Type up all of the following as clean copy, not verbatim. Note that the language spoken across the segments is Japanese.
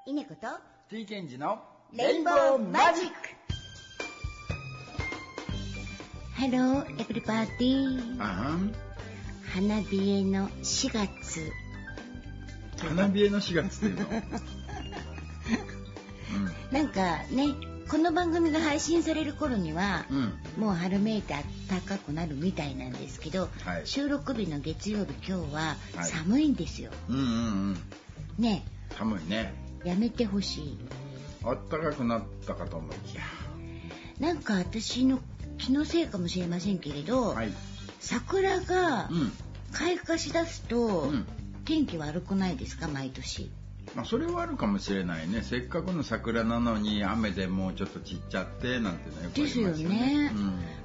稲子と T ケンジのレインボーマジック。ハローエブリバディ。花冷えの4月。 花冷えの4月っていうの、 なんかね、この番組が配信される頃には、もう春めいて暖かくなるみたいなんですけど、収録日の月曜日今日は寒いんですよ。ね、 寒いね。 やめてほしい。 暖かくなったかと思いきや、 なんか私の気のせいかもしれませんけれど、桜が開花しだすと、天気悪くないですか、毎年。 それはあるかもしれないね。せっかくの桜なのに雨でもうちょっと散っちゃってなんてね、よくありますよね。 ですよね。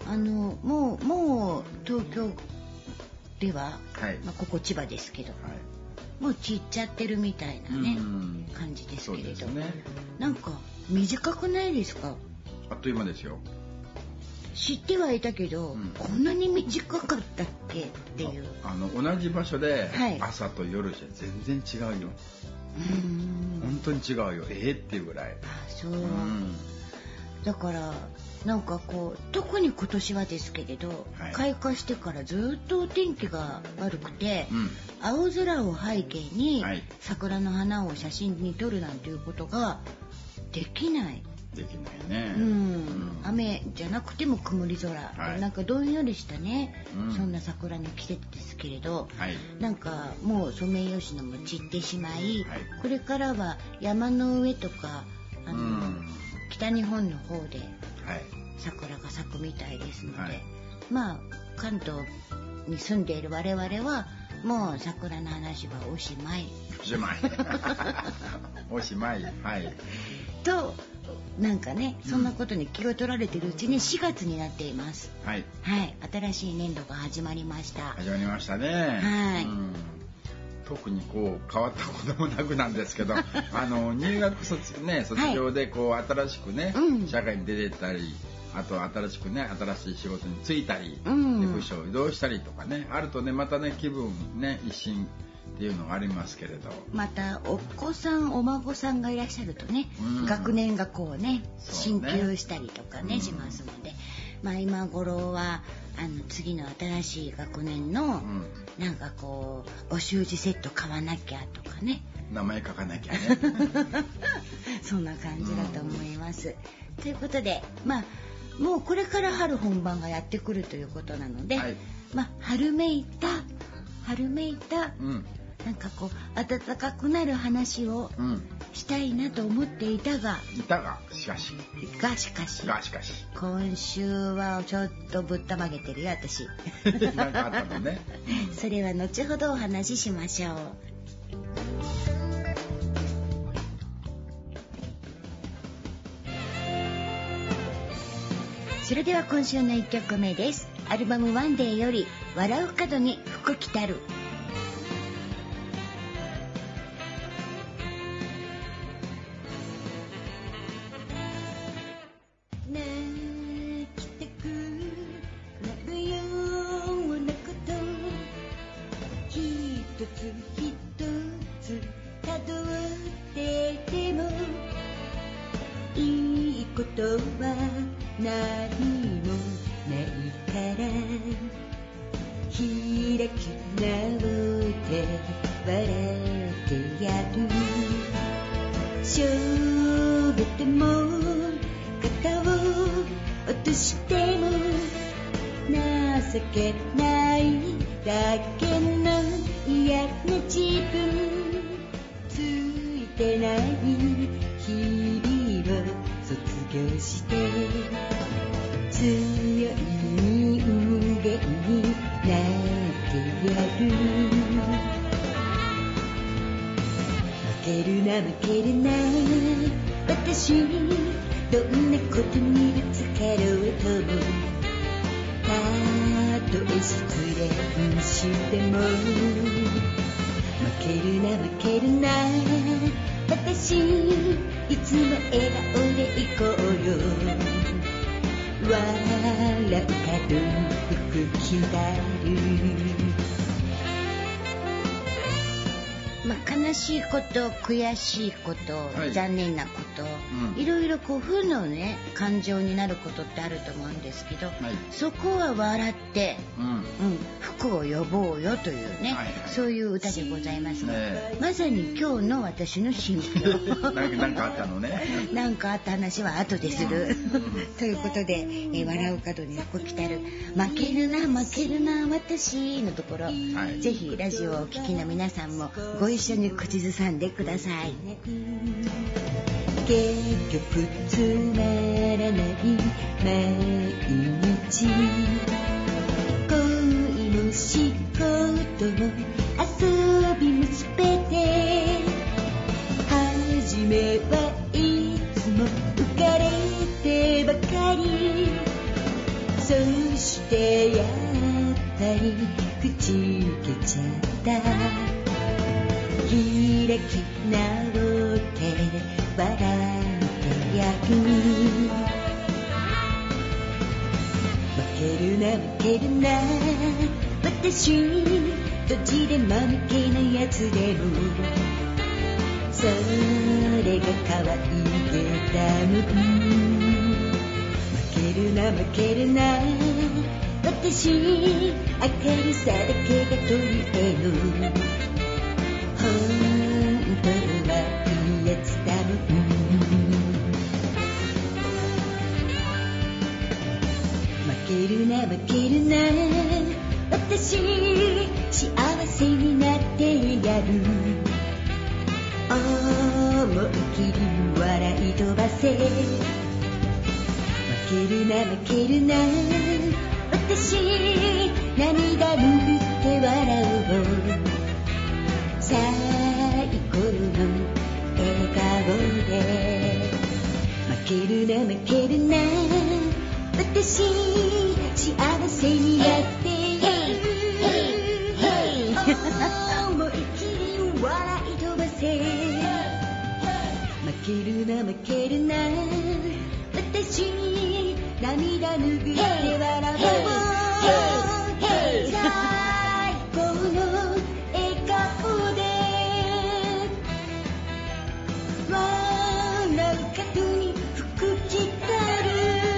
もう東京では、ここ千葉ですけど、もう散っちゃってるみたいなね、感じですけれど、なんか短くないですか？ あっという間ですよ。 知ってはいたけど、こんなに短かったっけっていう。 同じ場所で朝と夜じゃ全然違うよ。本当に違うよ。っていうぐらい。 そう。だからなんかこう、特に今年はですけれど、開花してからずっとお天気が悪くて、青空を背景に桜の花を写真に撮るなんていうことができない。 できないね。 雨じゃなくても曇り空、なんかどんよりしたね、そんな桜の季節ですけれど、なんかもうソメイヨシノも散ってしまい、これからは山の上とか北日本の方で桜が咲くみたいですので、関東に住んでいる我々はもう桜の話はおしまい。 おしまい。 となんかね、そんなことに気を取られているうちに4月になっています。新しい年度が始まりました。 始まりましたね。特にこう変わったこともなくなんですけど、入学卒業でこう新しくね、社会に出てたり、あと新しくね、新しい仕事に就いたり、部署を移動したりとかね、あるとね、またね、気分ね、一新っていうのがありますけれど、またお子さんお孫さんがいらっしゃるとね、学年がこうね進級したりとかね、しますので、今頃は次の新しい学年の、なんかこうお習字セット買わなきゃとかね、 名前書かなきゃねそんな感じだと思います。ということで、もうこれから春本番がやってくるということなので、春めいた、なんかこう暖かくなる話をしたいなと思っていたが、 しかし今週はちょっとぶったまげてるよ、私。 なんかあったのね。 それは後ほどお話ししましょう。それでは今週の1曲目です。アルバムワンデーより笑う角に福来たる。情けないだけの嫌な自分、ついてない日々を卒業して、強い人間になってやる。負けるな私、どんなことにぶつかろうとも、たとえ失恋しても、負けるな私、いつも笑顔でいこうよ。笑う角吹きだる。 悲しいこと悔しいこと、はい、残念なこと、いろいろ負のね感情になることってあると思うんですけど、はい、そこは笑って、福を呼ぼうよというね、はいはい、そういう歌でございますので、ね、まさに今日の私の心境なんかあったのねなんかあった話は後でするということで、笑う角に福来たる負けるな私のところ、はい、ぜひラジオをお聞きの皆さんもご一緒に口ずさんでください。結局つまらない毎日、恋も仕事も遊びもすべて、初めはいつも浮かれてばかり、そしてやっぱり口消ちゃった、開き直って笑って役に、負けるな私、どっちでも負けないやつでも、それが可愛げだもん。負けるな私、明るさだけが取り柄の本当はいいやつだもん。負けるな私、幸せになってやる、思い切り笑い飛ばせ、負けるな私、涙拭って笑おう、最高の笑顔で。負けるな私、幸せになってやる、思い切り笑い飛ばせ、負けるな私、涙拭って笑おう、最高の笑顔で笑う角に福来たる、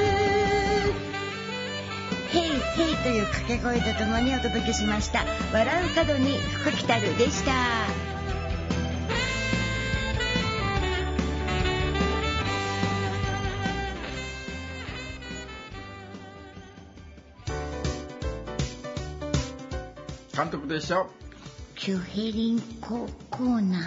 ヘイヘイという掛け声とともにお届けしました。笑う角に福来たるでした。 監督でしょ。 キュヘリンココーナー。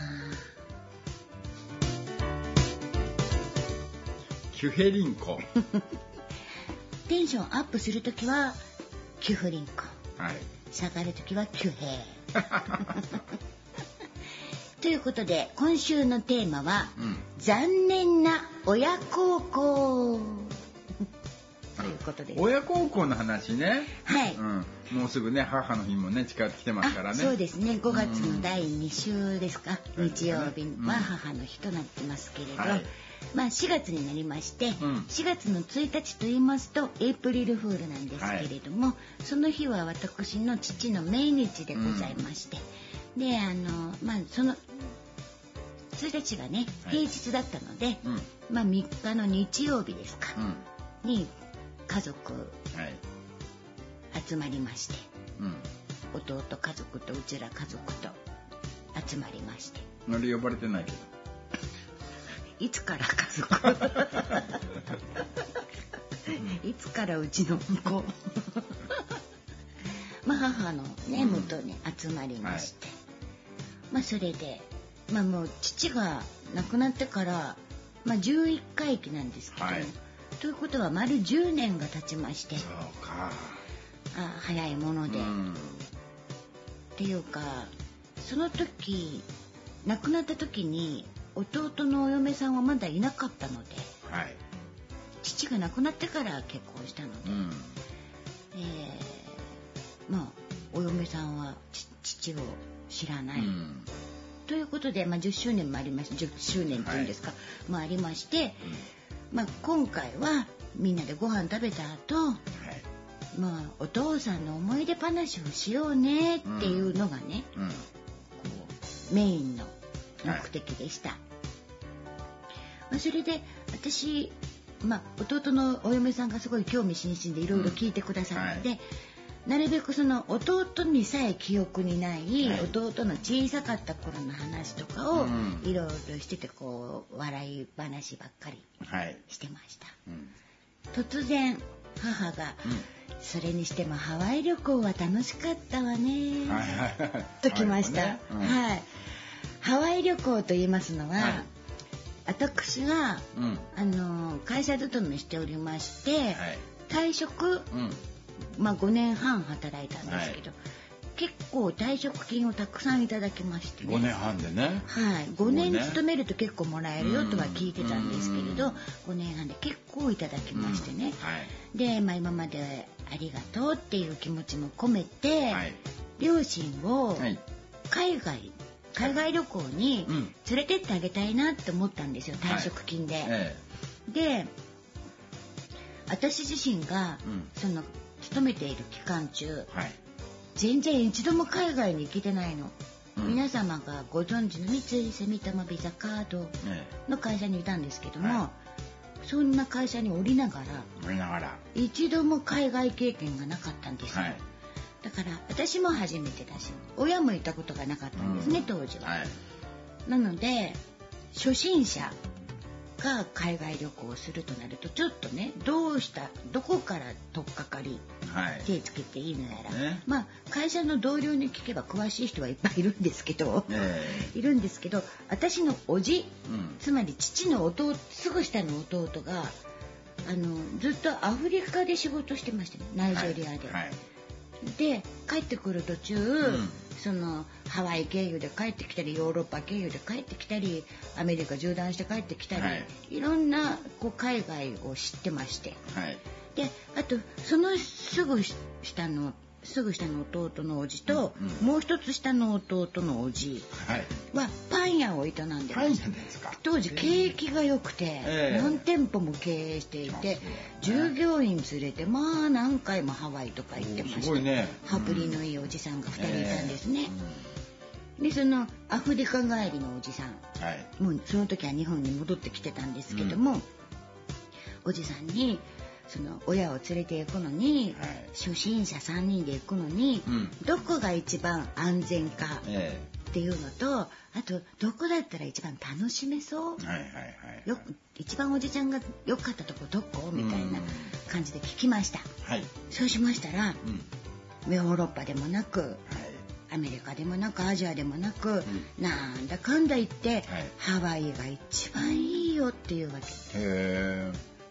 キュヘリンコ。 テンションアップするときはキュフリンコ。 はい。 下がるときはキュヘということで今週のテーマは、残念な親孝行。ということで親孝行の話ね。 はい、 もうすぐね母の日もね近づいてますからね。 そうですね、5月の第2週ですか、日曜日は母の日となってますけれど、4月になりまして、4月の1日と言いますとエイプリルフールなんですけれども、その日は私の父の命日でございまして、でその1日がね平日だったので、3日の日曜日ですか、に家族集まりまして、弟家族とうちら家族と集まりまして。 あれ呼ばれてないけどいつから家族いつからうちの子母のね元に集まりまして、それでもう父が亡くなってから11回忌なんですけども、ということは丸10年が経ちまして、 そうか、 早いもので、っていうかその時亡くなった時に弟のお嫁さんはまだいなかったので、父が亡くなってから結婚したので、お嫁さんは父を知らない、ということで、10周年もありまして、10周年というんですか、もありまして、今回はみんなでご飯食べた後、お父さんの思い出話をしようねっていうのがね、こメインの目的でした。それで私、弟のお嫁さんがすごい興味津々でいろいろ聞いてくださるので、なるべくその弟にさえ記憶にない、弟の小さかった頃の話とかをいろいろしてて、こう笑い話ばっかりしてました。突然母が、それにしてもハワイ旅行は楽しかったわねときました。ハワイ旅行と言いますのは、私が、会社勤めしておりまして、退職、5年半働いたんですけど、結構退職金をたくさんいただきましてね。 5年半でね。 5年勤めると結構もらえるよとは聞いてたんですけれど、5年半で結構いただきましてね。で、今までありがとうっていう気持ちも込めて、両親を海外旅行に連れてってあげたいなって思ったんですよ、退職金で。で、私自身がその勤めている期間中、全然一度も海外に行けてないの。皆様がご存知の三井住友ビザカードの会社にいたんですけども、そんな会社に降りながら一度も海外経験がなかったんですよ。だから私も初めてだし、親も行ったことがなかったんですね、当時は。なので初心者が海外旅行をするとなると、ちょっとね、どこから取っかかり、手つけていいのやら、会社の同僚に聞けば詳しい人はいっぱいいるんですけど、私の叔父、つまり父の弟、すぐ下の弟がずっとアフリカで仕事してましたね、ナイジェリアで。で、帰ってくる途中、そのハワイ経由で帰ってきたり、ヨーロッパ経由で帰ってきたり、アメリカ縦断して帰ってきたり、いろんな海外を知ってまして、で、あとそのすぐ下の弟のおじと、もう一つ下の弟のおじはパン屋を営んでました。当時景気が良くて、何店舗も経営していて、従業員連れて何回もハワイとか行ってました。羽振りのいいおじさんが2人いたんですね。で、そのアフリカ帰りのおじさん、もうその時は日本に戻ってきてたんですけども、おじさんに、その親を連れて行くのに、初心者3人で行くのに、どこが一番安全かっていうのと、あとどこだったら一番楽しめそう、一番おじちゃんが良かったとこどこみたいな感じで聞きました。そうしましたら、ヨーロッパでもなく、アメリカでもなく、アジアでもなく、なんだかんだ言って、ハワイが一番いいよっていうわけ。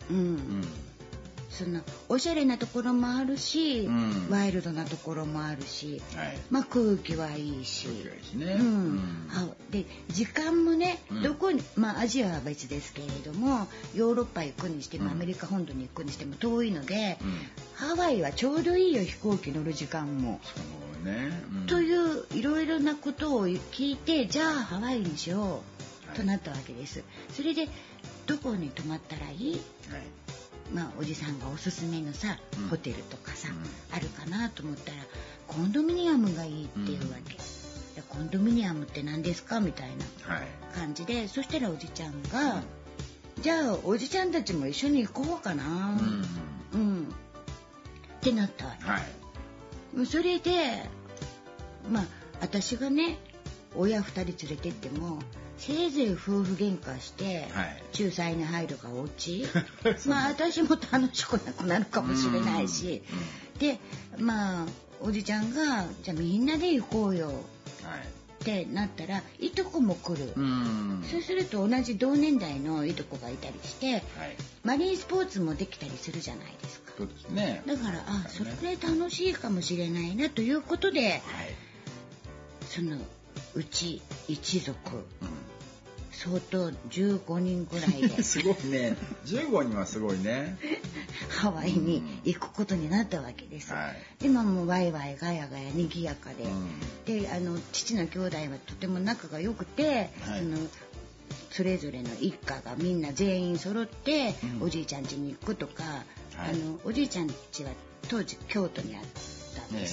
そのおしゃれなところもあるし、ワイルドなところもあるし、空気はいいし、で時間もね、どこに、アジアは別ですけれども、ヨーロッパ行くにしても、アメリカ本土に行くにしても遠いので、ハワイはちょうどいいよ、飛行機乗る時間も。といういろいろなことを聞いて、じゃあハワイにしようとなったわけです。それでどこに泊まったらいい？おじさんがおすすめのさ、ホテルとかさ、あるかなと思ったら、コンドミニアムがいいっていうわけ。コンドミニアムって何ですかみたいな感じで、そしたらおじちゃんが、じゃあおじちゃんたちも一緒に行こうかな、ってなったわけ。それで私がね、親2人連れてっても、せいぜい夫婦喧嘩して仲裁に入るがお家私も楽しくなくなるかもしれないし、でおじちゃんがじゃあみんなで行こうよってなったら、いとこも来る。そうすると同じ同年代のいとこがいたりして、マリンスポーツもできたりするじゃないですか。 そうですね。 だからそれ楽しいかもしれないなということで、そのうち一族、相当15人ぐらいですごいね、15人はすごいねハワイに行くことになったわけです。今もワイワイガヤガヤにぎやかで、で父の兄弟はとても仲が良くて、それぞれの一家がみんな全員揃って、おじいちゃん家に行くとか、おじいちゃん家は当時京都にあったんですよ。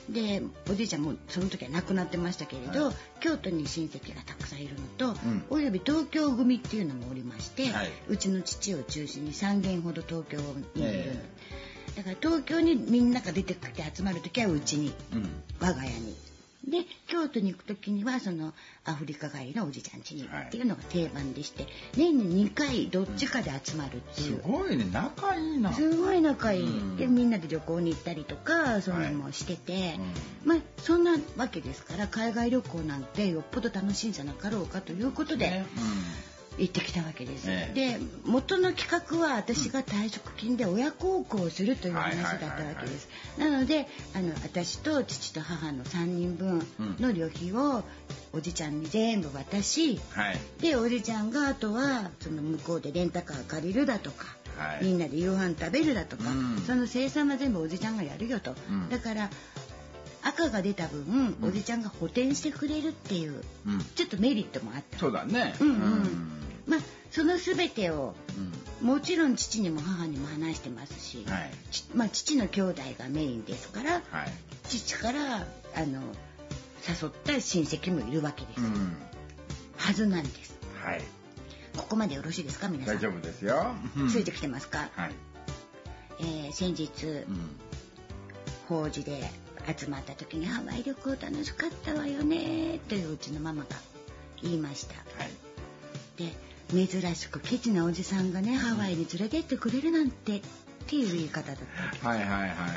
でおじいちゃんもその時は亡くなってましたけれど、京都に親戚がたくさんいるのと、および東京組っていうのもおりまして、うちの父を中心に3軒ほど東京にいる、だから東京にみんなが出てきて集まる時はうちに、我が家に。で京都に行く時にはそのアフリカ帰りのおじいちゃん家にっていうのが定番でして、年に2回どっちかで集まるっていう、 すごいね、仲いいな。 すごい仲いい、でみんなで旅行に行ったりとかそういうのもしてて、まあそんなわけですから海外旅行なんてよっぽど楽しいんじゃなかろうかということで、行ってきたわけです、で元の企画は私が退職金で親孝行をするという話だったわけです。なので私と父と母の3人分の旅費をおじちゃんに全部渡し、でおじちゃんがあとはその向こうでレンタカー借りるだとか、みんなで夕飯食べるだとか、その生産は全部おじちゃんがやるよと、だから赤が出た分、おじちゃんが補填してくれるっていう、ちょっとメリットもあった。 そうだね。 まあその全てを、もちろん父にも母にも話してますし、まあ父の兄弟がメインですから、父から誘った親戚もいるわけです、はずなんです。ここまでよろしいですか皆さん。 大丈夫ですよ。 ついてきてますか。先日、法事で集まった時にハワイ旅行楽しかったわよねといううちのママが言いました。で珍しくケチなおじさんがねハワイに連れてってくれるなんてっていう言い方だった。い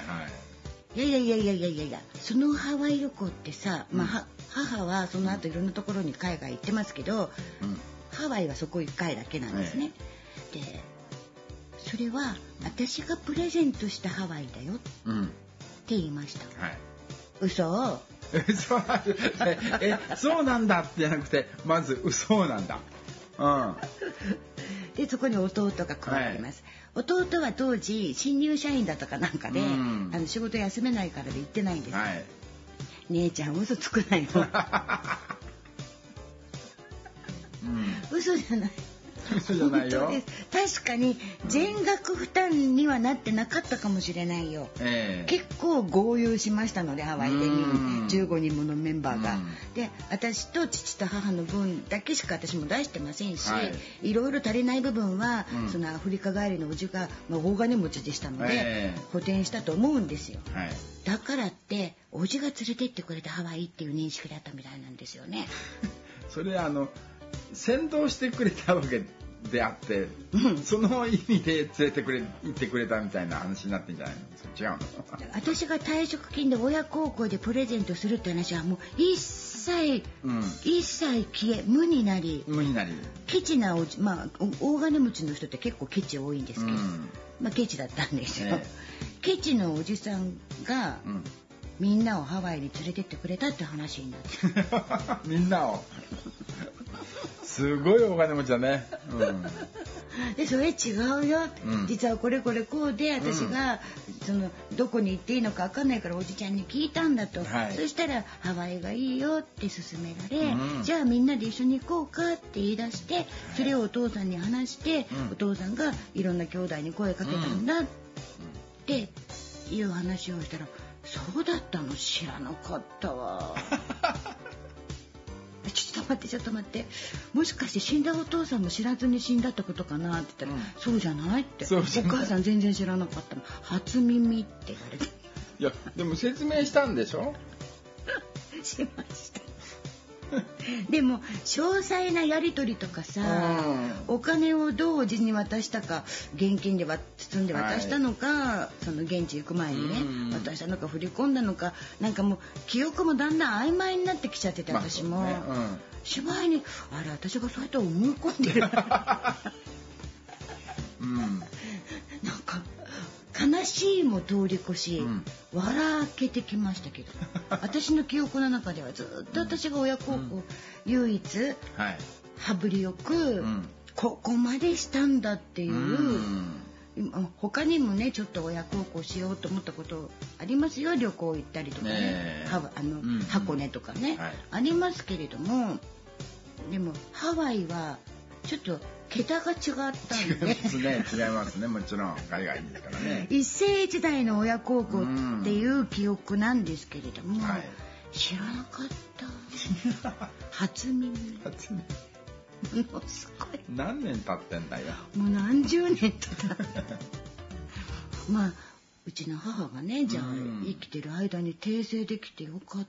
やそのハワイ旅行ってさ、まあ母はその後いろんなところに海外行ってますけど、ハワイはそこ1回だけなんですね。でそれは私がプレゼントしたハワイだよって言いました。嘘そうなんだってじゃなくてまず嘘なんだ。 でそこに弟が加わります、弟は当時新入社員だとかなんかで、仕事休めないからで行ってないんです、姉ちゃん嘘つくないの、嘘じゃない嘘じゃないよ。 確かに全額負担にはなってなかったかもしれないよ、結構豪遊しましたのでハワイで15人ものメンバーが、で私と父と母の分だけしか私も出してませんし、いろいろ足りない部分は、そのアフリカ帰りのおじが、大金持ちでしたので、補填したと思うんですよ、だからっておじが連れて行ってくれたハワイっていう認識だったみたいなんですよね。 それ先導してくれたわけであって、その意味で連れて行ってくれたみたいな話になってんじゃないの？違うの？ 私が退職金で親孝行でプレゼントするって話はもう一切消え無になりケチな大金持ちの人って結構ケチ多いんですけど、ケチだったんですよ、ケチのおじさんが、みんなをハワイに連れてってくれたって話になってみんなをすごいお金持ちだね、 でそれ違うよ、実はこれこうで私が、どこに行っていいのか分かんないからおじちゃんに聞いたんだと、そしたらハワイがいいよって勧められ、じゃあみんなで一緒に行こうかって言い出して、それをお父さんに話して、お父さんがいろんな兄弟に声かけたんだっていう話をしたら、そうだったの知らなかったわちょっと待ってもしかして死んだお父さんも知らずに死んだってことかなって言ったら、そうじゃないってお母さん全然知らなかったの、初耳って言われていやでも説明したんでしょしましたでも詳細なやり取りとかさ、お金をどうおじに渡したか、現金で包んで渡したのか、その現地行く前にね渡したのか振り込んだのか、なんかもう記憶もだんだん曖昧になってきちゃってて、私も、しまいにあれ私がそうやって思い込んでるなんか悲しいも通り越し、笑けてきましたけど私の記憶の中ではずっと私が親孝行、唯一羽振りよく、ここまでしたんだっていう、他にもねちょっと親孝行しようと思ったことありますよ、旅行行ったりとかね、箱根とかね、ありますけれども、でもハワイはちょっと桁が違ったんで。 違いますね、もちろん海外ですからね。 一世一代の親孝行っていう記憶なんですけれども、知らなかった。初耳。もうすごい。 何年経ってんだよ。 もう何十年と経った。まあうちの母がね、じゃあ生きてる間に訂正できてよかった。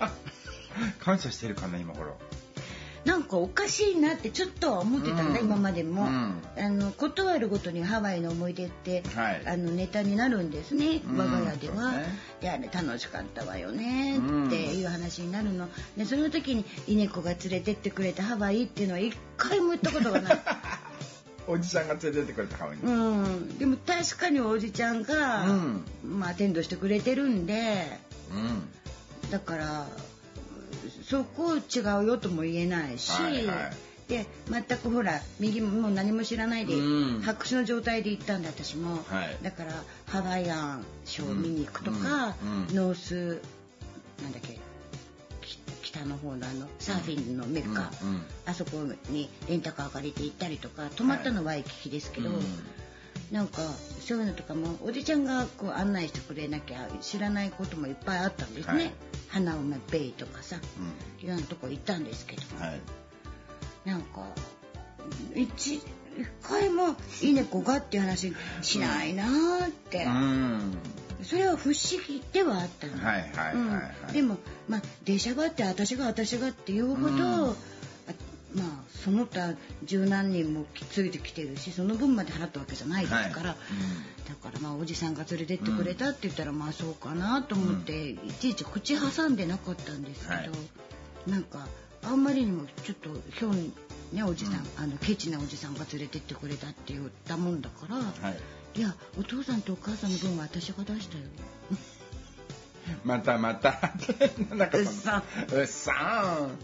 感謝してるかな今頃。 なんかおかしいなってちょっとは思ってたんだ、今までも。ことあるごとにハワイの思い出って、ネタになるんですね、我が家では。で、あれ楽しかったわよねっていう話になるので、その時に稲子が連れてってくれたハワイっていうのは一回も行ったことがない。 おじさんが連れてってくれたハワイに。でも確かにおじちゃんが、まあアテンドしてくれてるんで、だからそこ違うよとも言えないし、で全くほら右も何も知らないで、白紙の状態で行ったんで私も、だからハワイアンショー見に行くとか、ノースなんだっけ北の方のサーフィンのメッカ、あそこにレンタカー借りて行ったりとか、泊まったのはワイキキですけど、なんかそういうのとかもおじちゃんがこう案内してくれなきゃ知らないこともいっぱいあったんですね。花馬ベイとかさ、いろんなとこ行ったんですけど、なんか一回も稲子がっていう話しないなーって、それは不思議ではあったの。でもまあ出しゃばって私がっていうほど、まあその他十何人もついてきてるし、その分まで払ったわけじゃないですから、だからまあおじさんが連れてってくれたって言ったら、まあそうかなと思って、いちいち口挟んでなかったんですけど、なんかあんまりにもちょっとひょんね、おじさん、ケチなおじさんが連れてってくれたって言ったもんだから、いやお父さんとお母さんの分は私が出したよ。 またなんかうっさん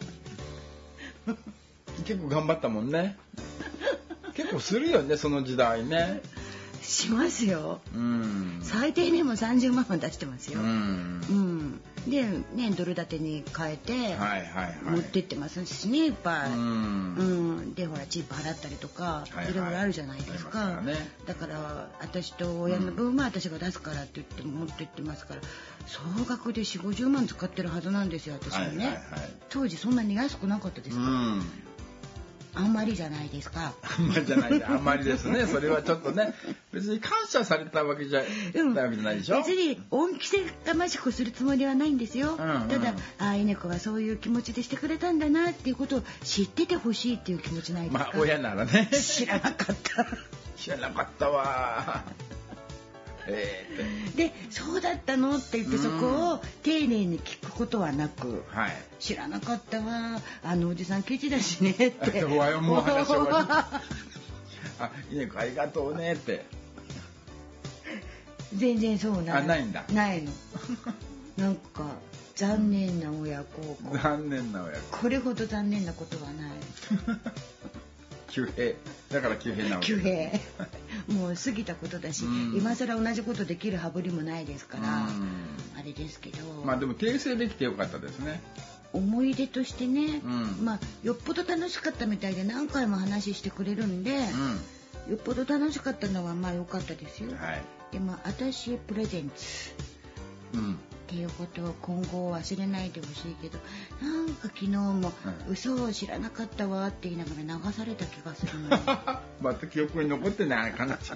結構頑張ったもんね。結構するよね、その時代ね。 しますよ。最低でも30万は出してますよ。でね、ドル建てに変えて持ってってますしね、いっぱい。でほらチップ払ったりとかいろいろあるじゃないですか。だから私と親の分は私が出すからって言って持ってってますから、総額で40、50万使ってるはずなんですよ、私はね。当時そんなに安くなかったですから。あんまりじゃないですか。 あんまりじゃない、あんまりですね。それはちょっとね、別に感謝されたわけじゃないでしょ。 別に恩着せがましくするつもりはないんですよ。ただ、稲子はそういう気持ちでしてくれたんだなっていうことを知っててほしいっていう気持ちないですか。 まあ親ならね。 知らなかった。 知らなかったわ。 でそうだったのって言ってそこを丁寧に聞くことはなく、知らなかったわ、おじさんケチだしねってもう話終わり。稲子ありがとうねって。 全然そうないんだ。 ないの。なんか残念な親孝行。 残念な親孝行。 これほど残念なことはない。 急平だから急平なわけ。 急平もう過ぎたことだし、今更同じことできる羽振りもないですから、あれですけど。 まあでも訂正できてよかったですね。 思い出としてね、まあよっぽど楽しかったみたいで何回も話してくれるんで、よっぽど楽しかったのはまあ良かったですよ。でも私プレゼンツっていうことを今後忘れないでほしいけど、なんか昨日も嘘を知らなかったわって言いながら流された気がするの。 また記憶に残ってない話が。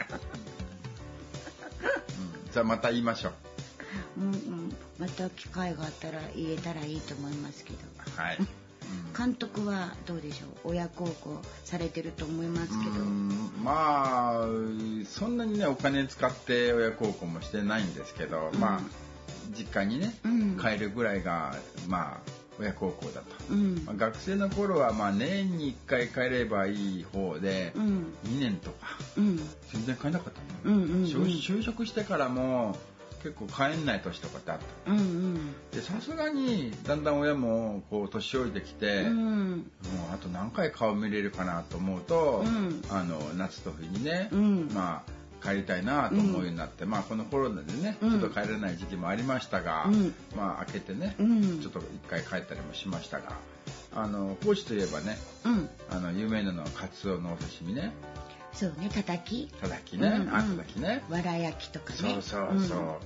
じゃあまた言いましょう。 また機会があったら言えたらいいと思いますけど。監督はどうでしょう。親孝行されてると思いますけど。 まあそんなにねお金使って親孝行もしてないんですけど、まあ実家にね、帰るぐらいがまあ親孝行だと。学生の頃はまあ年に1回帰ればいい方で、2年とか、全然帰んなかったの。就職してからも結構帰んない年とかってあった。でさすがにだんだん親もこう年老いてきて、もうあと何回顔見れるかなと思うと、夏と冬にね、まあ帰りたいなと思うようになって、まあこのコロナでね、ちょっと帰れない時期もありましたが、まあ明けてね、ちょっと一回帰ったりもしましたが、 高知といえばね、有名なのはカツオのお刺身ね。 そうね、たたきね、 たたきね、 わら焼きとかね。 そう、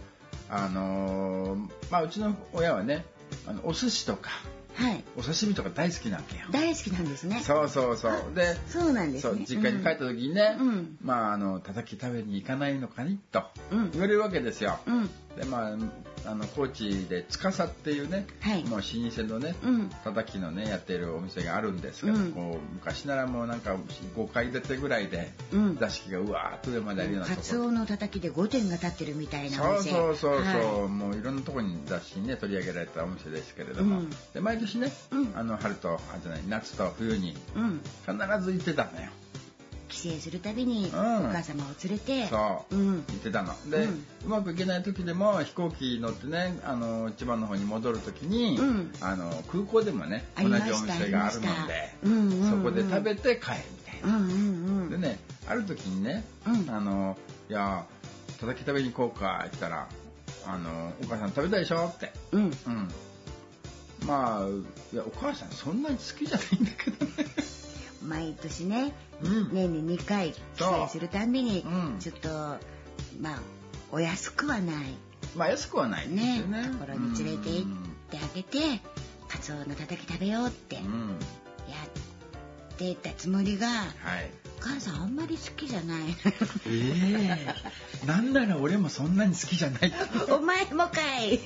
うちの親はね、お寿司とか、お刺身とか大好きなわけよ。 大好きなんですね。 そうで、 そうなんですね。 実家に帰った時にね、たたき食べに行かないのかにと言われるわけですよ。で高知で司っていうね、もう老舗のね、たたきのねやってるお店があるんですけど、昔ならもうなんか5階建てぐらいで座敷がうわーっと上まであるようなところ。 カツオのたたきで5点が立ってるみたいなお店。 そう、もういろんなところに雑誌にね取り上げられたお店ですけれども、で毎年ね、春と夏と冬に必ず行ってたのよ。 帰省するたびにお母様を連れて、 行ってたので、うまくいけない時でも飛行機乗ってね、千葉の方に戻る時に、空港でもね同じお店があるので、そこで食べて帰るみたいな。でね、ある時にね、いやたたき食べに行こうかって言ったら、お母さん食べたいでしょって。いやお母さんそんなに好きじゃないんだけどね。 毎年ね、年に2回帰省するたんびに、ちょっとお安くはない、 安くはないですよね、 ところに連れて行ってあげて、カツオのたたき食べようってやってたつもりが、お母さんあんまり好きじゃない。 なんなら俺もそんなに好きじゃない。 お前もかい。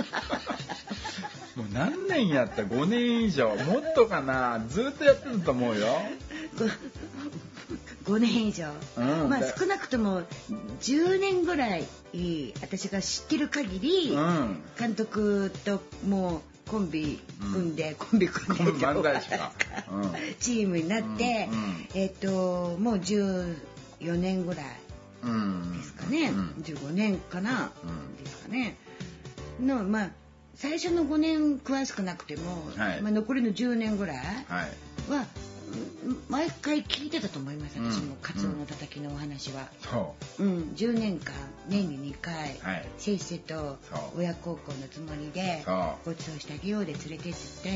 もう何年やった？ 5 年以上もっとかな、ずっとやってると思うよ。 5年以上、少なくとも10年ぐらい私が知ってる限り、監督ともうコンビ組んで漫才師か、 チームになって、もう14年ぐらいですかね、15年かな、ですかねの、最初の5年詳しくなくても、残りの10年ぐらいは、毎回聞いてたと思います。私もカツオのたたきのお話は。10年間年に2回、せっせと親孝行のつもりでごちそうしてあげようで連れてって、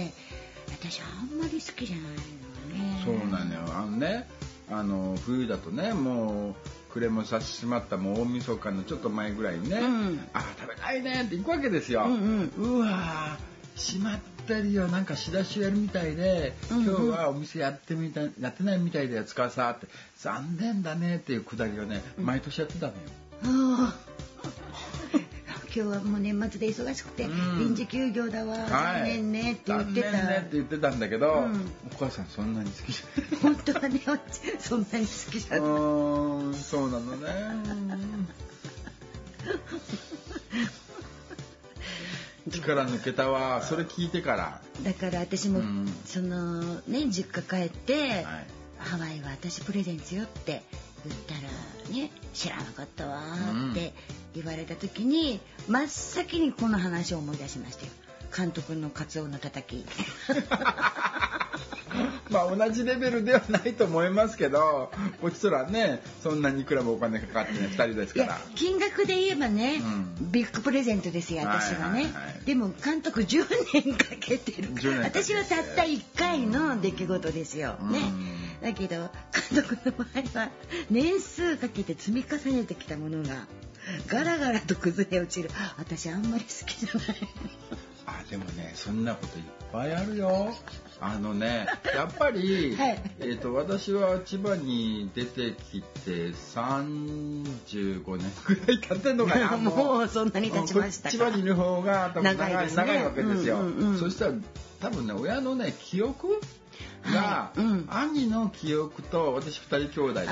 私あんまり好きじゃないのね。 そうなのよ。冬だとね、もう暮れも差し迫ったもう大晦日のちょっと前ぐらいにね、食べたいねって行くわけですよ。うわー、閉まってるよ、なんか仕出しやるみたいで、今日はお店やってないみたいだよ、つかさって残念だねっていうくだりをね、毎年やってたのよ。 今日はもう年末で忙しくて臨時休業だわ、残念ねって言ってた。 残念ねって言ってたんだけど、お母さんそんなに好きじゃない。 本当はね、そんなに好きじゃない。 そうなのね。力抜けたわ、それ聞いてから。 だから私も、そのね、実家帰って、ハワイは私プレゼンツよって言ったらね、知らなかったわって言われた時に、真っ先にこの話を思い出しましたよ。監督のカツオのたたき。 同じレベルではないと思いますけど、こっちとらね、そんなにいくらもお金かかってね、2人ですから。 金額で言えばね、ビッグプレゼントですよ、私はね。でも監督10年かけてるから、私はたった1回の出来事ですよね。だけど監督の場合は年数かけて積み重ねてきたものがガラガラと崩れ落ちる。私あんまり好きじゃない。 でもね、そんなこといっぱいあるよ。やっぱり、私は千葉に出てきて35年くらい経ってんのかな。 もうそんなに経ちましたか。 千葉にいる方が多分長いわけですよ。そしたら多分ね、親のね記憶が、兄の記憶と私2人兄弟だから、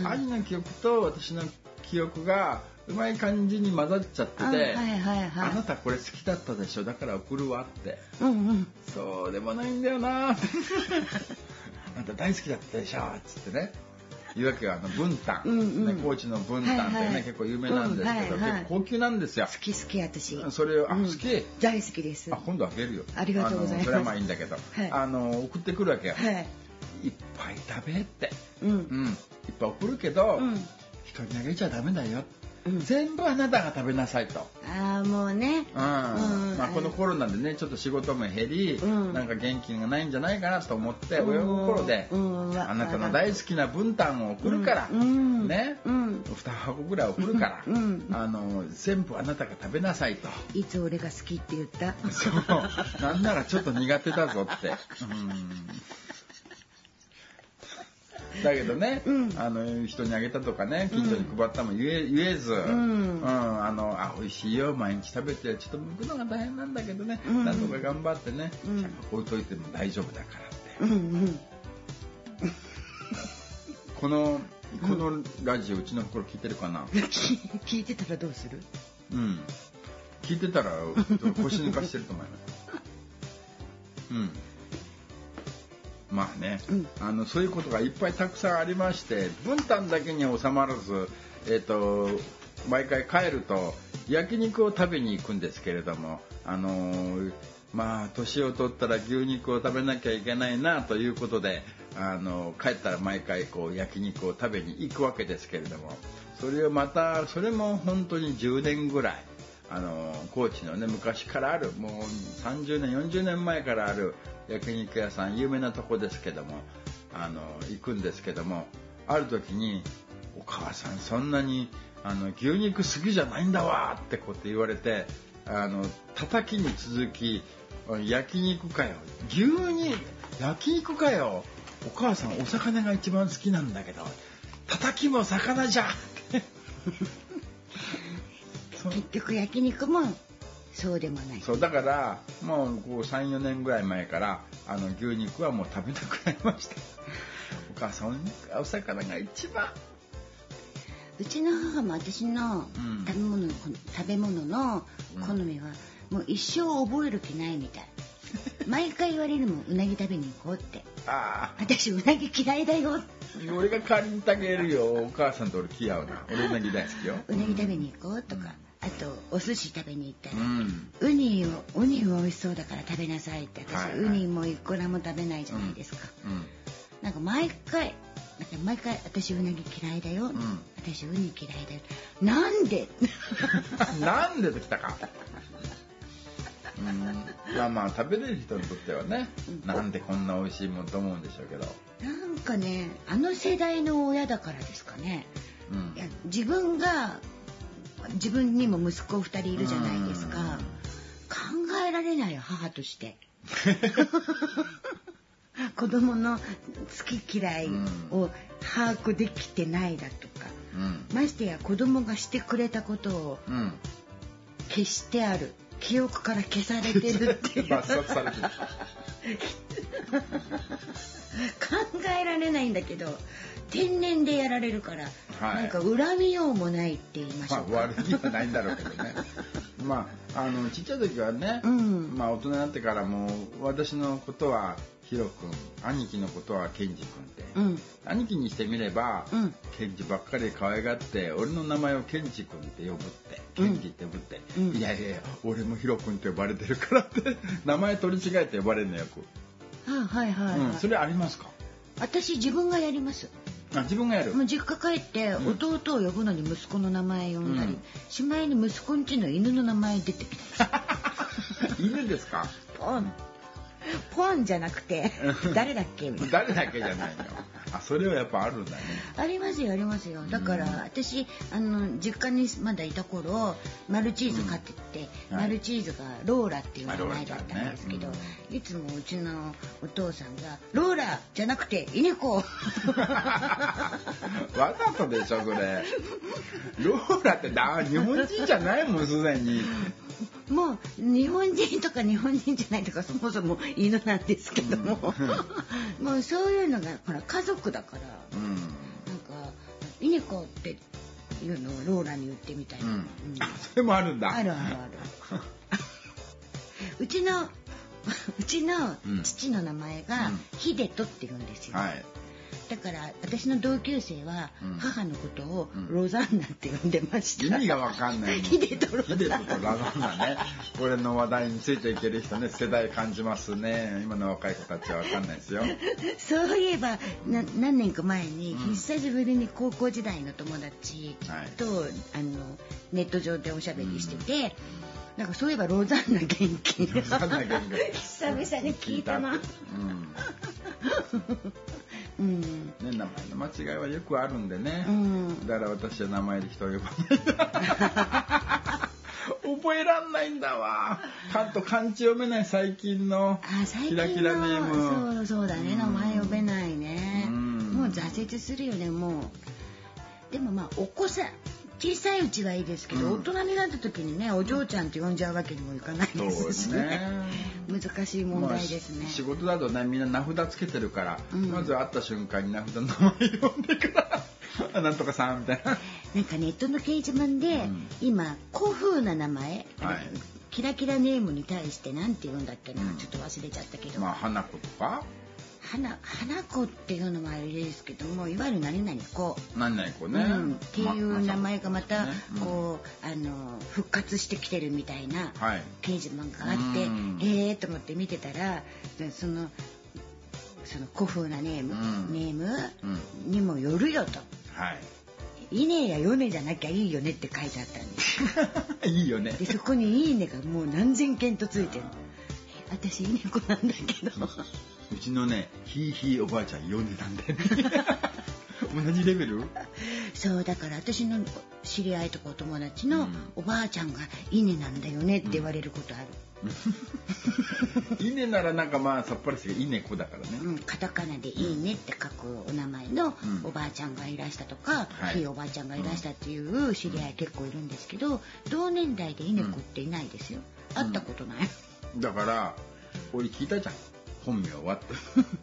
兄の記憶と私の記憶がうまい感じに混ざっちゃってて、あなたこれ好きだったでしょ、だから送るわって、そうでもないんだよなってあなた大好きだったでしょっつってね言うわけよ。文旦、高知の文旦ってね、結構有名なんですけど、結構高級なんですよ。 好き私。 それを好き、 大好きです。 今度あげるよ。 ありがとうございます。 それはまあいいんだけど、送ってくるわけよ。いっぱい食べって、いっぱい送るけど、人にあげちゃダメだよ。 全部あなたが食べなさいと。 ああもうね、 まあ、このコロナでねちょっと仕事も減り、なんか元気がないんじゃないかなと思って親心で、あなたの大好きな分担を送るから、ね、2箱ぐらい送るから、全部あなたが食べなさいと。 いつ俺が好きって言った？ そう、なんならちょっと苦手だぞって。だけどね、人にあげたとかね、近所に配ったも言えず、美味しいよ、毎日食べて、ちょっと剥くのが大変なんだけどね、なんとか頑張ってね、置いといても大丈夫だからって。このラジオ、うちの頃聞いてるかな？ 聞いてたらどうする？ 聞いてたら腰抜かしてると思います。まあね、そういうことがいっぱいたくさんありまして、分担だけに収まらず、毎回帰ると焼肉を食べに行くんですけれども、まあ年を取ったら牛肉を食べなきゃいけないなということで、帰ったら毎回こう焼肉を食べに行くわけですけれども、それも本当に10年ぐらい。高知のね昔からある、もう30年40年前からある焼肉屋さん、有名なとこですけども、行くんですけども、ある時にお母さんそんなに牛肉好きじゃないんだわってこと言われて、叩きに続き焼肉かよ、焼肉かよ、お母さんお魚が一番好きなんだけど叩きも魚じゃ結局焼肉もそうでもない。 そうだからもう3、4年ぐらい前から牛肉はもう食べなくなりました。お母さんお魚が一番。 うちの母も私の食べ物の好みはもう一生覚える気ないみたい。毎回言われるもん、うなぎ食べに行こうって。私うなぎ嫌いだよ。 俺が代わりにあげるよ。お母さんと俺気合うな。俺うなぎ大好きよ。 うなぎ食べに行こうとか、あとお寿司食べに行ったら、ウニは美味しそうだから食べなさいって。私、ウニもイクラも食べないじゃないですか。なんか毎回私うなぎ嫌いだよ、私ウニ嫌いだよ、なんでなんでときたか。まあ食べれる人にとってはね、なんでこんな美味しいもんと思うんでしょうけど、 なんかね、世代の親だからですかね。いや、自分にも息子2人いるじゃないですか。考えられないよ、母として子供の好き嫌いを把握できてないだとか、ましてや子供がしてくれたことを消してある、記憶から消されてるっていう抹殺されてる考えられないんだけど、天然でやられるから、なんか恨みようもないって言いましょうか。 悪気はないんだろうけどね。ちっちゃい時はね、大人になってからも私のことはヒロ君、兄貴のことはケンジ君って、兄貴にしてみれば、ケンジばっかり可愛がって俺の名前をケンジ君って呼ぶって、ケンジって呼ぶって、いや俺もヒロ君って呼ばれてるからって名前取り違えて呼ばれるのよく。それありますか？ 私自分がやります。 自分がやる。 もう実家帰って弟を呼ぶのに息子の名前呼んだり、しまいに息子ん家の犬の名前出てきた犬ですか？ ポンじゃなくて誰だっけみたいな。 誰だっけじゃないの。それはやっぱあるんだね。 ありますよ、ありますよ。だから私実家にまだいた頃マルチーズ飼ってて、マルチーズがローラっていう名前だったんですけど、いつもうちのお父さんがローラじゃなくてイネコわざとでしょそれ。ローラって日本人じゃないもんすでに。 もう日本人とか日本人じゃないとかそもそも犬なんですけども、もうそういうのがほら家族だから、なんかイネコっていうのをローラに言ってみたいな、 それもあるんだ。 あるうちの父の名前がヒデトって言うんですよ。 だから私の同級生は母のことをロザンナって呼んでました。 意味がわかんない。 ヒデとロザンナ。 ラザンナね。これの話題についていける人ね、世代感じますね。今の若い子たちはわかんないですよ。 そういえば何年か前に久しぶりに高校時代の友達と、ネット上でおしゃべりしてて、なんかそういえばロザンナ元気。 ロザンナ元気。 久々に聞いたな。 うん。ね、名前の間違いはよくあるんでね。だから私は名前で人を呼ばない。覚えらんないんだわ。漢字読めない最近のキラキラネーム。そうだね、名前呼べないね。もう挫折するよね、もう。でもまあお子さん小さいうちはいいですけど、大人になった時にね、お嬢ちゃんって呼んじゃうわけにもいかないですしね。難しい問題ですね。 仕事だとね、みんな名札つけてるから、まず会った瞬間に名札の名前呼んでからなんとかさんみたいな。 なんかネットの掲示板で、今古風な名前、キラキラネームに対してなんて言うんだっけな、ちょっと忘れちゃったけど。 まあ花子とか。 花子っていうのもあれですけども、いわゆる何々子ね、 っていう名前がまたこう復活してきてるみたいな掲示板があって、と思って見てたら、その古風なネームにもよるよと。いねやよねじゃなきゃいいよねって書いてあったんです。 いいよね。 でそこにいいねがもう何千件とついてる。私いい猫なんだけど。 うちのね、ひいおばあちゃんヨネなんだよね。同じレベル？ そうだから私の知り合いとかお友達のおばあちゃんがイネなんだよねって言われることある。イネならなんかまあさっぱりしてイネ子だからね。 カタカナでいいねって書くお名前のおばあちゃんがいらしたとか、ひいおばあちゃんがいらしたっていう知り合い結構いるんですけど、同年代でイネ子っていないですよ。会ったことない。 だから俺聞いたじゃん。本名はって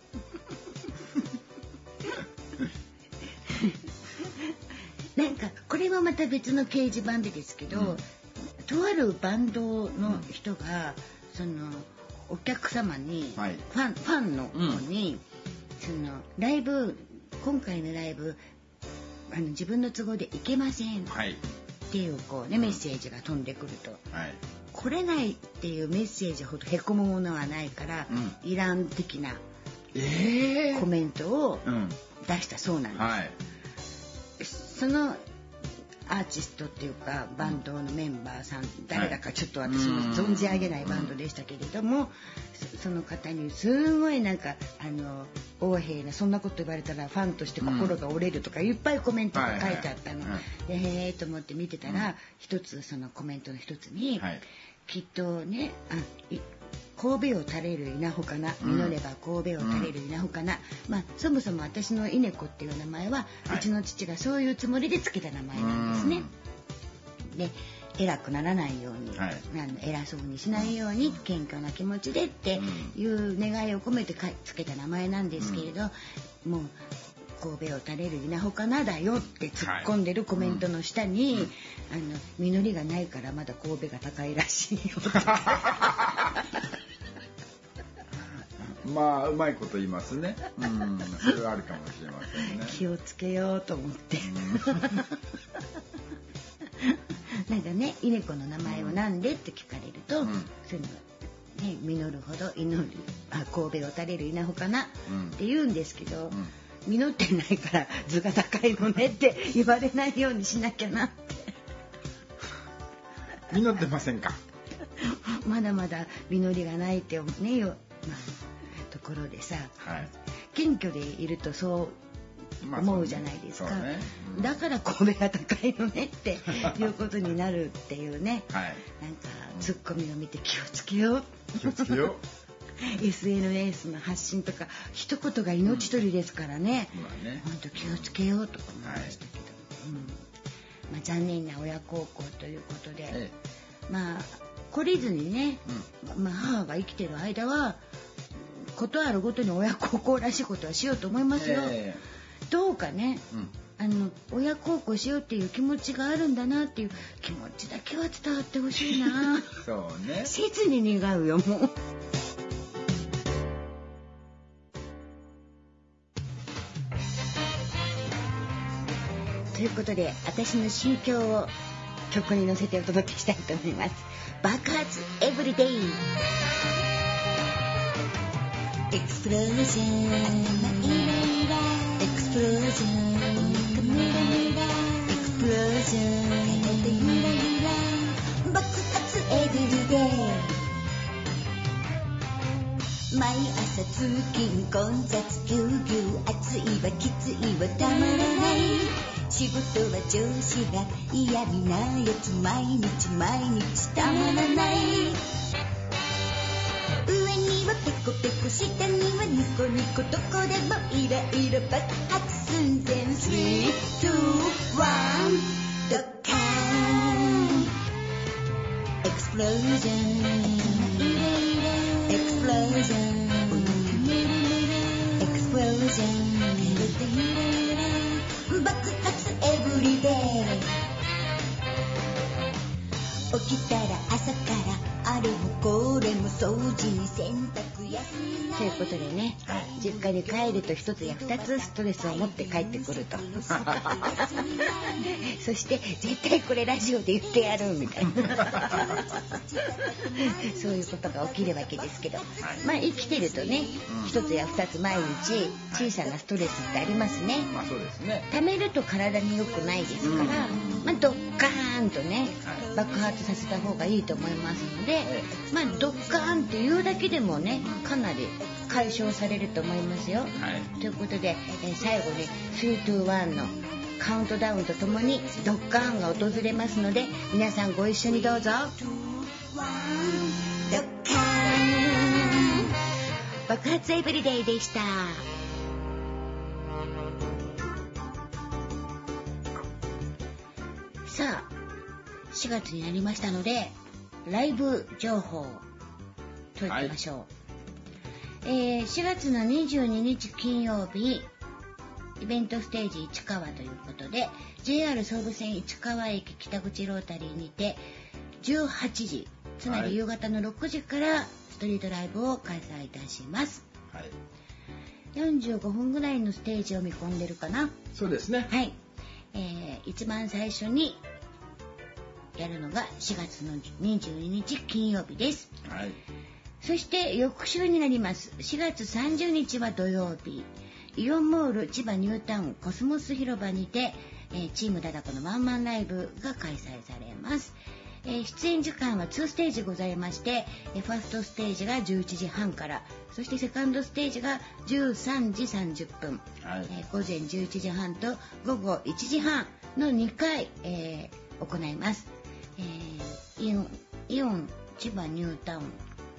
なんかこれはまた別の掲示板でですけど、とあるバンドの人がそのお客様に、ファンの子に、そのライブ今回のライブ自分の都合で行けませんっていうこうねメッセージが飛んでくると。来れないっていうメッセージほどへこむものはないから、イラン的なコメントを出したそうなんです。そのアーティストっていうかバンドのメンバーさん、誰だかちょっと私も存じ上げないバンドでしたけれども、その方にすごいなんか横柄な、そんなこと言われたらファンとして心が折れるとかいっぱいコメントが書いてあったの。でへーと思って見てたら、一つそのコメントの一つに、きっとね、神戸を垂れる稲穂かな、実れば神戸を垂れる稲穂かな、そもそも私の稲子っていう名前は、うちの父がそういうつもりでつけた名前なんですね。で偉くならないように、偉そうにしないように謙虚な気持ちでっていう願いを込めてつけた名前なんですけれど、もう神戸を垂れる稲穂かなだよって突っ込んでるコメントの下に、実りがないからまだ神戸が高いらしいよってまあうまいこと言いますね。それはあるかもしれませんね。 気をつけようと思ってなんかね、稲子の名前はなんでって聞かれると、そのね、実るほど神戸を垂れる稲穂かなって言うんですけど、実ってないから図が高いのねって言われないようにしなきゃなって実ってませんか？ まだまだ実りがないってねところでさ、謙虚でいるとそう思うじゃないですか。だから神戸が高いのねっていうことになるっていうね、なんかツッコミを見て気をつけようSNS の発信とか一言が命取りですからね、本当気をつけようとか思いましたけど、残念な親孝行ということで、懲りずにね、母が生きてる間はことあるごとに親孝行らしいことはしようと思いますよ。どうかね、親孝行しようっていう気持ちがあるんだなっていう気持ちだけは伝わってほしいな。 そうね。 切に願うよもう。 ことで私の心境を曲に乗せてお届けしたいと思います。爆発エブリデイエクスプロージョンエクスプロージョンエクスプロージョン爆発エブリデイ毎朝通勤混雑ぎゅうぎゅう暑いわきついわたまらない仕事は上司が嫌味なやつ毎日たまらない上にはペコペコ下にはニコニコどこでもイライラ爆発寸前 3, 2, 1ドッカーンエクスプロージョンエクスプロージョンエクスプロージョン爆発エブリデイ起きたら朝からあれもこれも掃除に洗濯休みということでね、実家に帰ると一つや二つストレスを持って帰ってくるとそして絶対これラジオで言ってやるみたいなそういうことが起きるわけですけど、まあ生きてるとね、一つや二つ毎日小さなストレスってありますね。 まあそうですね。 溜めると体に良くないですから、まあドッカーンとね、爆発させた方がいいと思いますので、まあドッカーンっていうだけでもね、かなり解消されると思いますよ。ということで、最後に3、2、1のカウントダウンとともにドッカーンが訪れますので、皆さんご一緒にどうぞ。ドッカーン爆発エブリデイでした。さあ4月になりましたのでライブ情報をといきましょう。4月の22日金曜日イベントステージ市川ということで JR 総武線市川駅北口ロータリーにて18時つまり夕方の6時からストリートライブを開催いたします。45分ぐらいのステージを見込んでるかな。 そうですね。 はい。一番最初にやるのが4月の22日金曜日です。そして翌週になります4月30日は土曜日、イオンモール千葉ニュータウンコスモス広場にて、チームダダコのワンマンライブが開催されます。出演時間は2ステージございまして、ファーストステージが11時半から、そしてセカンドステージが13時30分、午前11時半と午後1時半の2回、行います。イオン千葉ニュータウン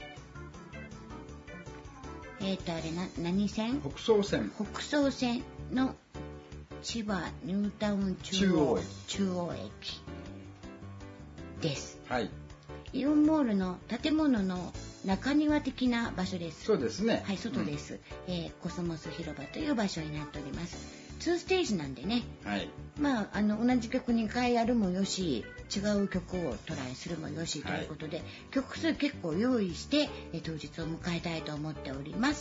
あれ何線？ 北総線の千葉ニュータウン中央駅です。イオンモールの建物の中庭的な場所です。 そうですね。 はい、外です。コスモス広場という場所になっております。2ステージなんでね。まあ同じ曲2回やるもよし、違う曲をトライするもよしということで、曲数結構用意して当日を迎えたいと思っております。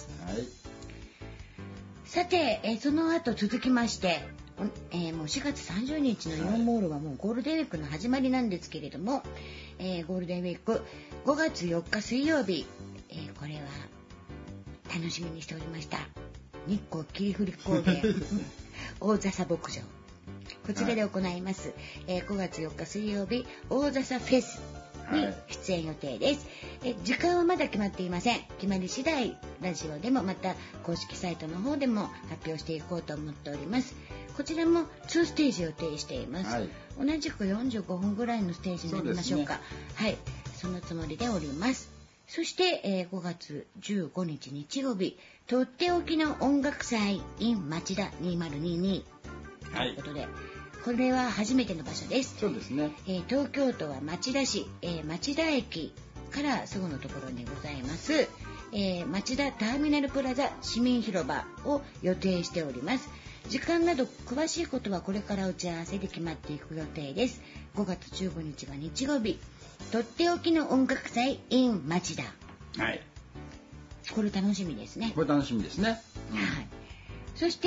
さて、その後続きまして、もう4月30日のイオンモールはもうゴールデンウィークの始まりなんですけれども、ゴールデンウィーク5月4日水曜日、これは楽しみにしておりました。日光霧降高原大笹牧場、こちらで行います、5月4日水曜日大笹フェスに出演予定です。時間はまだ決まっていません。決まり次第ラジオでもまた公式サイトの方でも発表していこうと思っております。こちらも2ステージ予定しています。同じく45分ぐらいのステージになりましょうか。そのつもりでおります。そして、5月15日日曜日とっておきの音楽祭 in 町田2022ということで、これは初めての場所です。 そうですね。 東京都は町田市、町田駅からすぐのところにございます、町田ターミナルプラザ市民広場を予定しております。時間など詳しいことはこれから打ち合わせで決まっていく予定です。5月15日は日曜日、とっておきの音楽祭 in 町田。これ楽しみですね。 これ楽しみですね。 そして、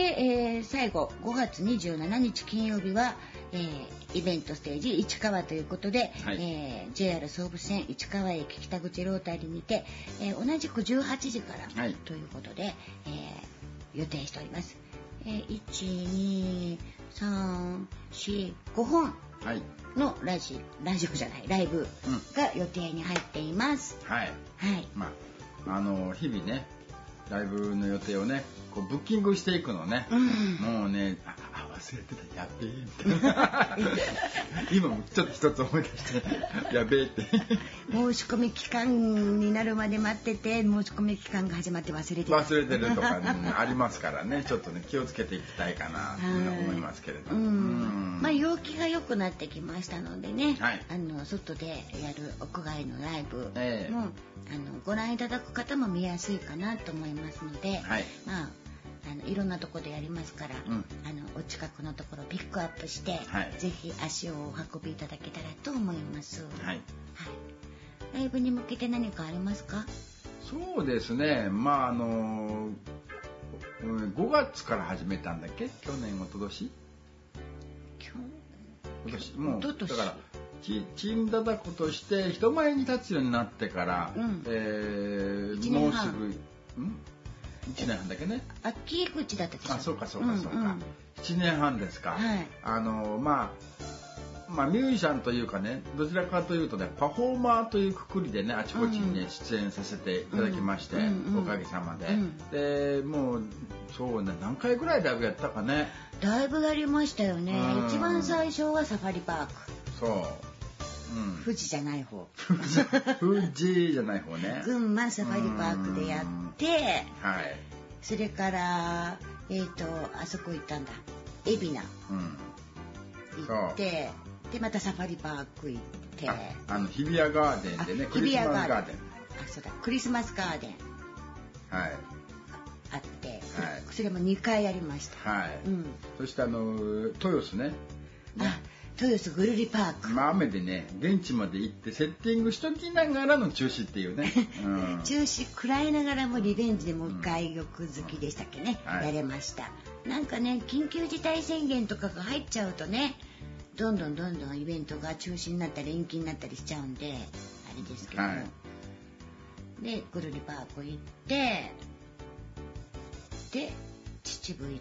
最後5月27日金曜日は、イベントステージ市川ということで、はい、JR 総武線市川駅北口ロータリーにて、同じく18時からということで、予定しております。1、2、3、4、5本のライブが予定に入っています。 はい。はい。まあ、日々ね、ライブの予定をね、こうブッキングしていくのね。もうね、忘れてた、やべえみたいな。今もちょっと一つ思い出して、やべえって。 申し込み期間になるまで待ってて、申し込み期間が始まって忘れてた。 忘れてるとか、ありますからね、ちょっとね、気をつけていきたいかなと思いますけれども。 まあ、陽気が良くなってきましたのでね、はい、外でやる屋外のライブも、ご覧いただく方も見やすいかなと思いますので、はい、まあいろんなところでやりますから、お近くのところをピックアップして、はい、ぜひ足をお運びいただけたらと思います。はい。はい、ライブに向けて何かありますか？ そうですね。まあ5月から始めたんだっけ？去年一昨年？今年もうだからチームダダコとして人前に立つようになってから、もうすぐ1年半だけね。 秋口だったでしょ。 そうか。1年半ですか。はい、まあミュージシャンというかね、どちらかというとね、パフォーマーというくくりでね、あちこちにね、出演させていただきまして、おかげさまで。で、もうそうね、何回ぐらいライブやったかね。 だいぶやりましたよね。一番最初はサファリパーク。 そう。 富士じゃない方。 富士じゃない方ね。 群馬サファリパークでやって、はい。それからあそこ行ったんだ。海老名。行って、でまたサファリパーク行って。 日比谷ガーデンでね。クリスマスガーデン。 そうだ。クリスマスガーデン。 はい。 あって、はい、それも2回やりました。はい。 そして豊洲ね。 豊洲ぐるりパーク。 雨でね、現地まで行ってセッティングしときながらの中止っていうね。 中止食らいながらもリベンジでもう一回玉好きでしたっけね、やれました。なんかね、緊急事態宣言とかが入っちゃうとね、どんどんイベントが中止になったり延期になったりしちゃうんで、あれですけども。はい、で、ぐるりパーク行って、で、秩父行って、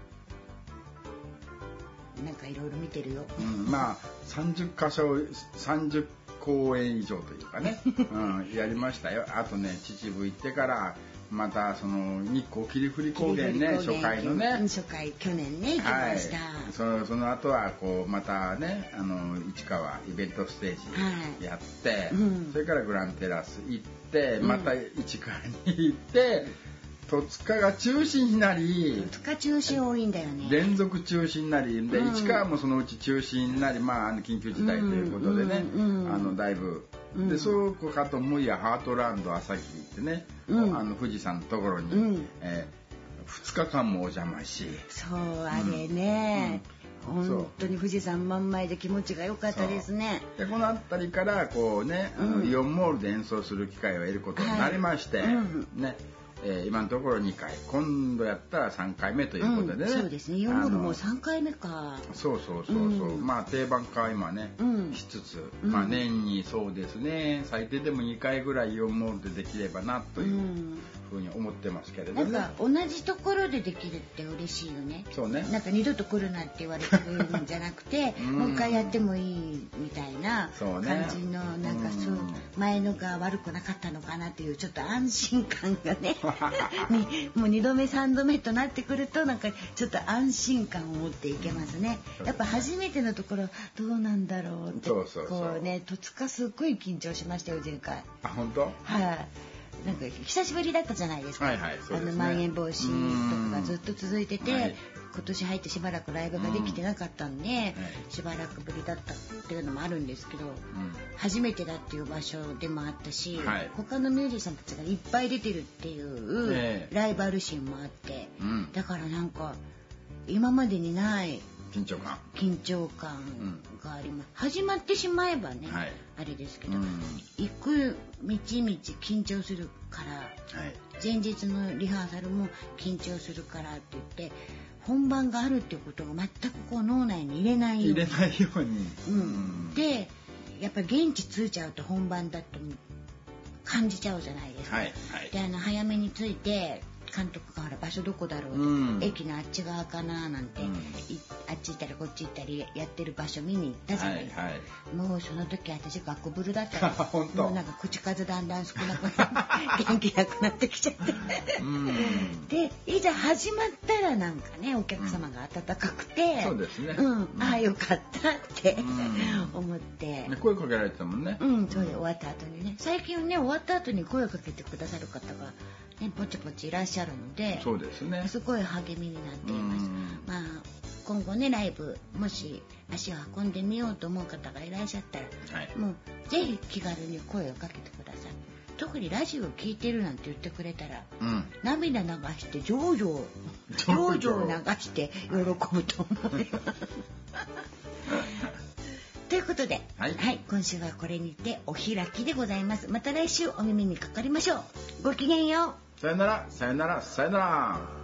なんかいろいろ見てるよ。 まあ30箇所30公演以上というかね、やりましたよ。あとね、秩父行ってからまたその日光霧降高原ね、初回のね。 初回去年ね行きました。 はい、その後はこうまたね、市川イベントステージやって、それからグランテラス行って、また市川に行って。戸塚が中止になり、 戸塚中止多いんだよね。 連続中止になり、で市川もそのうち中止になり、まあ緊急事態ということでね、だいぶ、でそうかと思いやハートランド朝日ってね、富士山のところに、2日間もお邪魔し、 そうあれね。本当に富士山真ん前で気持ちが良かったですね。 でこの辺りからこうね、イオンモールで演奏する機会を得ることになりまして、ね。今のところ2回、今度やったら3回目ということでね。 そうですね。イオンモールもう3回目か。 そう。まあ定番化は今ね、しつつ、まあ年にそうですね、最低でも2回ぐらいイオンモールでできればなというふうに思ってますけれどね。 なんか同じところでできるって嬉しいよね。 そうね。 なんか二度と来るなって言われてるんじゃなくて、もう一回やってもいいみたいな感じの、なんかそう前のが悪くなかったのかなっていうちょっと安心感がね。もう2度目3度目となってくるとなんかちょっと安心感を持っていけますね。やっぱ初めてのところどうなんだろうってこうね、戸塚すっごい緊張しましたよ前回。 本当？ はい。なんか久しぶりだったじゃないですか。まん延防止とかがずっと続いてて、今年入ってしばらくライブができてなかったんで、しばらくぶりだったっていうのもあるんですけど、初めてだっていう場所でもあったし、他のミュージシャンたちがいっぱい出てるっていうライバル心もあって、だからなんか今までにない緊張感があります。始まってしまえばね、はい、あれですけど、行く道緊張するから、はい、前日のリハーサルも緊張するからって言って本番があるっていうことが全くこう脳内に入れないように、でやっぱり現地着いちゃうと本番だと感じちゃうじゃないですか、はいはい、で早めに着いて監督がほら場所どこだろうと、駅のあっち側かななんて、あっち行ったりこっち行ったりやってる場所見に行ったじゃないですか、はいはい、もうその時私ガクブルだったらもうなんか口数だんだん少なくなって元気なくなってきちゃってでいざ始まったらなんかねお客様が温かくて、 そうですね、 ああよかったって思って、 声かけられてたもんね、 そうで終わった後にね、最近ね終わった後に声をかけてくださる方がポチポチいらっしゃるので、 そうですね、 すごい励みになっています。まあ今後ねライブもし足を運んでみようと思う方がいらっしゃったら、はい、もうぜひ気軽に声をかけてください。特にラジオを聞いてるなんて言ってくれたら、涙流して情緒を流して喜ぶと思いますということで、はい、今週はこれにてお開きでございます。また来週お耳にかかりましょう。ごきげんよう。 さよなら、さよなら、さよなら。